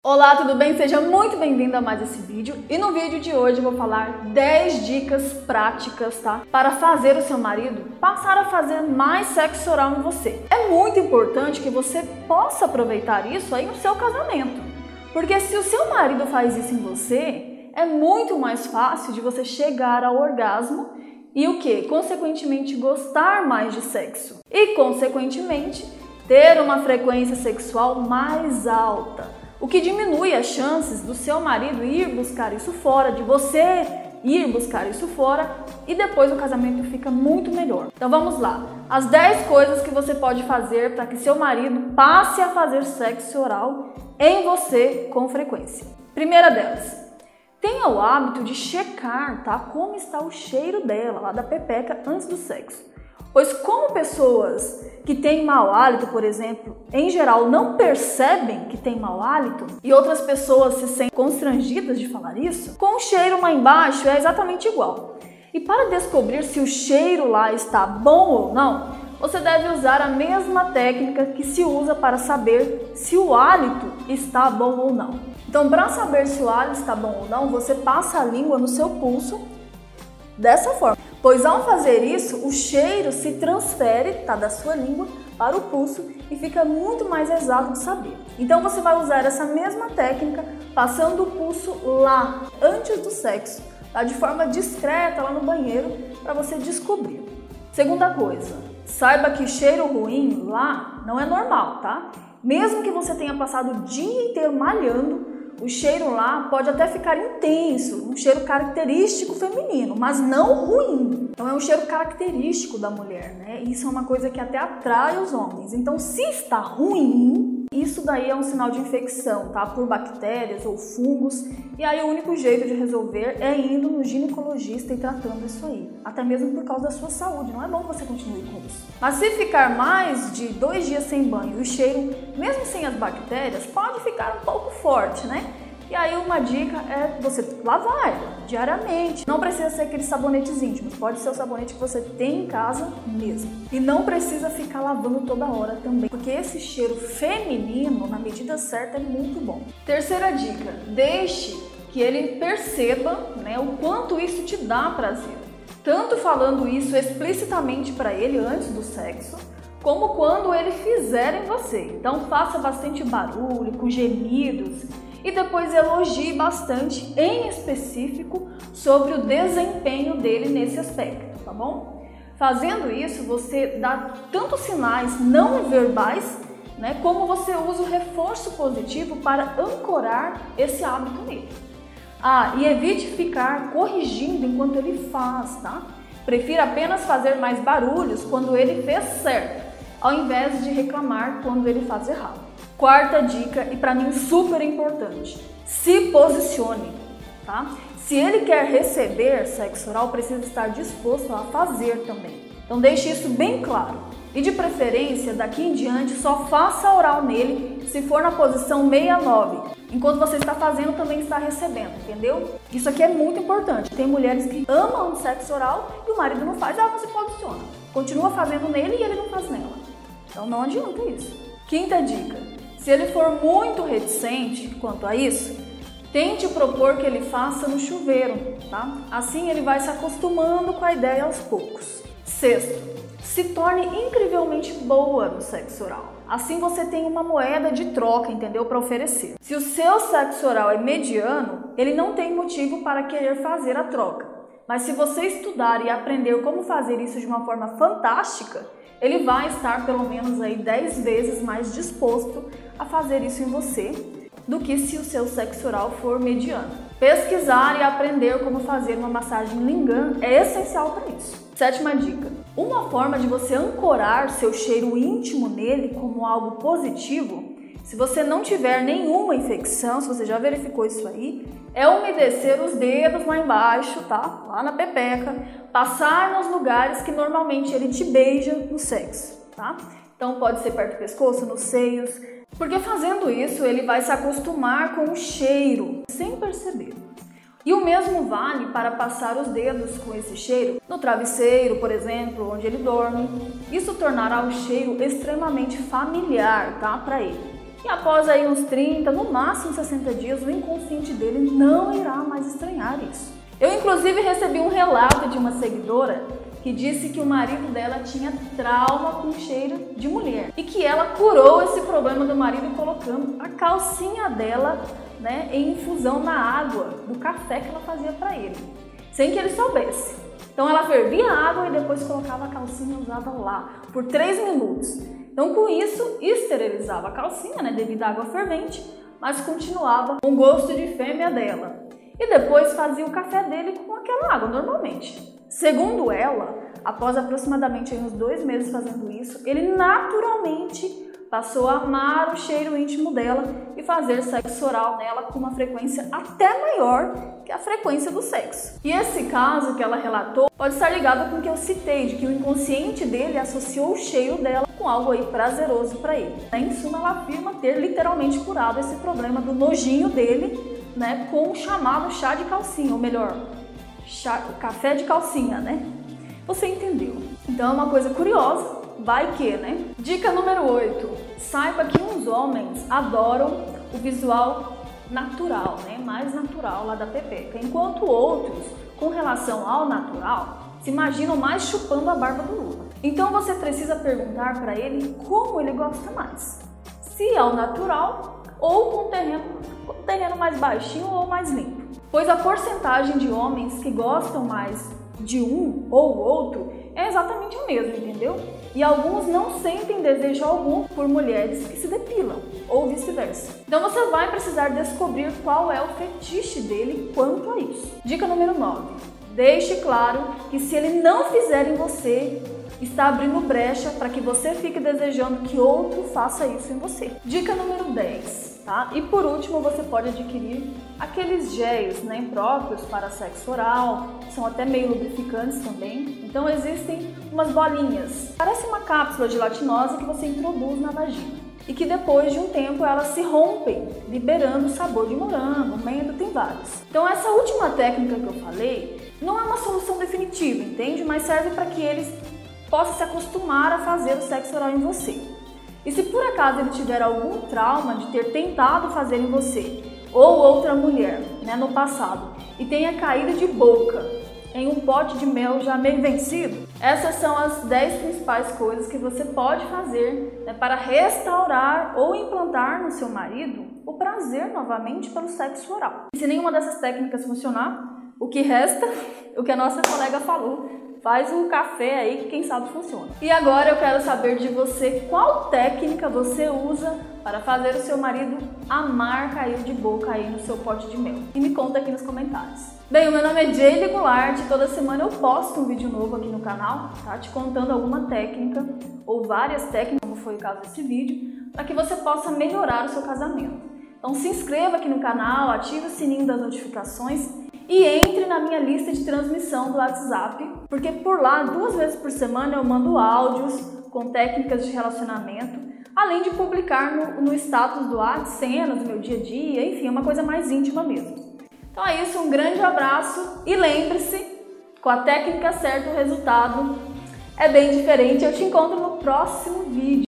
Olá, tudo bem? Seja muito bem-vindo a mais esse vídeo. E no vídeo de hoje eu vou falar 10 dicas práticas, tá? Para fazer o seu marido passar a fazer mais sexo oral em você. É muito importante que você possa aproveitar isso aí no seu casamento. Porque se o seu marido faz isso em você, é muito mais fácil de você chegar ao orgasmo e o quê? Consequentemente gostar mais de sexo. E consequentemente ter uma frequência sexual mais alta. O que diminui as chances do seu marido ir buscar isso fora, de você ir buscar isso fora e depois o casamento fica muito melhor. Então vamos lá, as 10 coisas que você pode fazer para que seu marido passe a fazer sexo oral em você com frequência. Primeira delas, tenha o hábito de checar, tá, como está o cheiro dela, lá da pepeca, antes do sexo. Pois como pessoas que têm mau hálito, por exemplo, em geral não percebem que tem mau hálito e outras pessoas se sentem constrangidas de falar isso, com o cheiro lá embaixo é exatamente igual. E para descobrir se o cheiro lá está bom ou não, você deve usar a mesma técnica que se usa para saber se o hálito está bom ou não. Então, para saber se o hálito está bom ou não, você passa a língua no seu pulso dessa forma. Pois ao fazer isso, o cheiro se transfere, tá, da sua língua para o pulso e fica muito mais exato de saber. Então você vai usar essa mesma técnica passando o pulso lá, antes do sexo, tá, de forma discreta lá no banheiro para você descobrir. Segunda coisa, saiba que cheiro ruim lá não é normal, tá? Mesmo que você tenha passado o dia inteiro malhando, o cheiro lá pode até ficar intenso, um cheiro característico feminino, mas não ruim. Então é um cheiro característico da mulher, né? Isso é uma coisa que até atrai os homens. Então se está ruim, isso daí é um sinal de infecção, tá? Por bactérias ou fungos. E aí o único jeito de resolver é indo no ginecologista e tratando isso aí. Até mesmo por causa da sua saúde, não é bom que você continue com isso. Mas se ficar mais de 2 dias sem banho e o cheiro, mesmo sem as bactérias, pode ficar um pouco forte, né? E aí uma dica é você lavar diariamente. Não precisa ser aqueles sabonetes íntimos, pode ser o sabonete que você tem em casa mesmo. E não precisa ficar lavando toda hora também, porque esse cheiro feminino, na medida certa, é muito bom. Terceira dica, deixe que ele perceba, né, o quanto isso te dá prazer. Tanto falando isso explicitamente para ele antes do sexo, como quando ele fizer em você. Então faça bastante barulho, com gemidos, e depois elogie bastante, em específico, sobre o desempenho dele nesse aspecto, tá bom? Fazendo isso, você dá tantos sinais não verbais, né, como você usa o reforço positivo para ancorar esse hábito nele. Ah, e evite ficar corrigindo enquanto ele faz, tá? Prefira apenas fazer mais barulhos quando ele fez certo, ao invés de reclamar quando ele faz errado. Quarta dica, e para mim super importante, se posicione, tá? Se ele quer receber sexo oral, precisa estar disposto a fazer também. Então deixe isso bem claro. E de preferência, daqui em diante, só faça oral nele se for na posição 69. Enquanto você está fazendo, também está recebendo, entendeu? Isso aqui é muito importante. Tem mulheres que amam o sexo oral e o marido não faz, ela não se posiciona. Continua fazendo nele e ele não faz nela. Então não adianta isso. Quinta dica. Se ele for muito reticente quanto a isso, tente propor que ele faça no chuveiro, tá? Assim ele vai se acostumando com a ideia aos poucos. Sexto, se torne incrivelmente boa no sexo oral. Assim você tem uma moeda de troca, entendeu? Para oferecer. Se o seu sexo oral é mediano, ele não tem motivo para querer fazer a troca. Mas se você estudar e aprender como fazer isso de uma forma fantástica, ele vai estar pelo menos aí 10 vezes mais disposto a fazer isso em você do que se o seu sexo oral for mediano. Pesquisar e aprender como fazer uma massagem Lingam é essencial para isso. Sétima dica. Uma forma de você ancorar seu cheiro íntimo nele como algo positivo, se você não tiver nenhuma infecção, se você já verificou isso aí, é umedecer os dedos lá embaixo, tá? Lá na pepeca, passar nos lugares que normalmente ele te beija no sexo, tá? Então pode ser perto do pescoço, nos seios, porque fazendo isso ele vai se acostumar com o cheiro, sem perceber. E o mesmo vale para passar os dedos com esse cheiro no travesseiro, por exemplo, onde ele dorme. Isso tornará o cheiro extremamente familiar, tá? Para ele. E após aí uns 30, no máximo 60 dias, o inconsciente dele não irá mais estranhar isso. Eu inclusive recebi um relato de uma seguidora que disse que o marido dela tinha trauma com cheiro de mulher e que ela curou esse problema do marido colocando a calcinha dela, né, em infusão na água do café que ela fazia para ele, sem que ele soubesse. Então ela fervia a água e depois colocava a calcinha e usava lá por 3 minutos. Então com isso esterilizava a calcinha, né, devido à água fervente, mas continuava com o gosto de fêmea dela. E depois fazia o café dele com aquela água normalmente. Segundo ela, após aproximadamente uns 2 meses fazendo isso, ele naturalmente passou a amar o cheiro íntimo dela e fazer sexo oral nela com uma frequência até maior que a frequência do sexo. E esse caso que ela relatou pode estar ligado com o que eu citei, de que o inconsciente dele associou o cheiro dela com algo aí prazeroso para ele. Em suma, ela afirma ter literalmente curado esse problema do nojinho dele, né, com o chamado chá de calcinha, ou melhor, café de calcinha, né? Você entendeu? Então é uma coisa curiosa, vai que, né? Dica número 8. Saiba que uns homens adoram o visual natural, né? Mais natural lá da pepeca, enquanto outros, com relação ao natural, se imaginam mais chupando a barba do Lula. Então você precisa perguntar para ele como ele gosta mais. Se ao natural ou com terreno mais baixinho ou mais limpo. Pois a porcentagem de homens que gostam mais de um ou outro é exatamente o mesmo, entendeu? E alguns não sentem desejo algum por mulheres que se depilam, ou vice-versa. Então você vai precisar descobrir qual é o fetiche dele quanto a isso. Dica número 9. Deixe claro que se ele não fizer em você, está abrindo brecha para que você fique desejando que outro faça isso em você. Dica número 10. Tá? E por último, você pode adquirir aqueles géis, né, próprios para sexo oral, são até meio lubrificantes também. Então existem umas bolinhas, parece uma cápsula gelatinosa que você introduz na vagina e que depois de um tempo elas se rompem, liberando sabor de morango, menta, tem vários. Então essa última técnica que eu falei não é uma solução definitiva, entende? Mas serve para que eles possam se acostumar a fazer o sexo oral em você. E se por acaso ele tiver algum trauma de ter tentado fazer em você ou outra mulher, né, no passado e tenha caído de boca em um pote de mel já meio vencido, essas são as 10 principais coisas que você pode fazer, né, para restaurar ou implantar no seu marido o prazer novamente pelo sexo oral. E se nenhuma dessas técnicas funcionar, o que resta, o que a nossa colega falou, faz um café aí que quem sabe funciona. E agora eu quero saber de você qual técnica você usa para fazer o seu marido amar cair de boca aí no seu pote de mel. E me conta aqui nos comentários. Bem, o meu nome é Jaylee Goulart e toda semana eu posto um vídeo novo aqui no canal, tá? Te contando alguma técnica ou várias técnicas, como foi o caso desse vídeo, para que você possa melhorar o seu casamento. Então se inscreva aqui no canal, ative o sininho das notificações e entre na minha lista de transmissão do WhatsApp, porque por lá 2 vezes por semana eu mando áudios com técnicas de relacionamento, além de publicar no status do WhatsApp cenas do meu dia a dia, enfim, é uma coisa mais íntima mesmo. Então é isso, um grande abraço e lembre-se, com a técnica certa o resultado é bem diferente. Eu te encontro no próximo vídeo.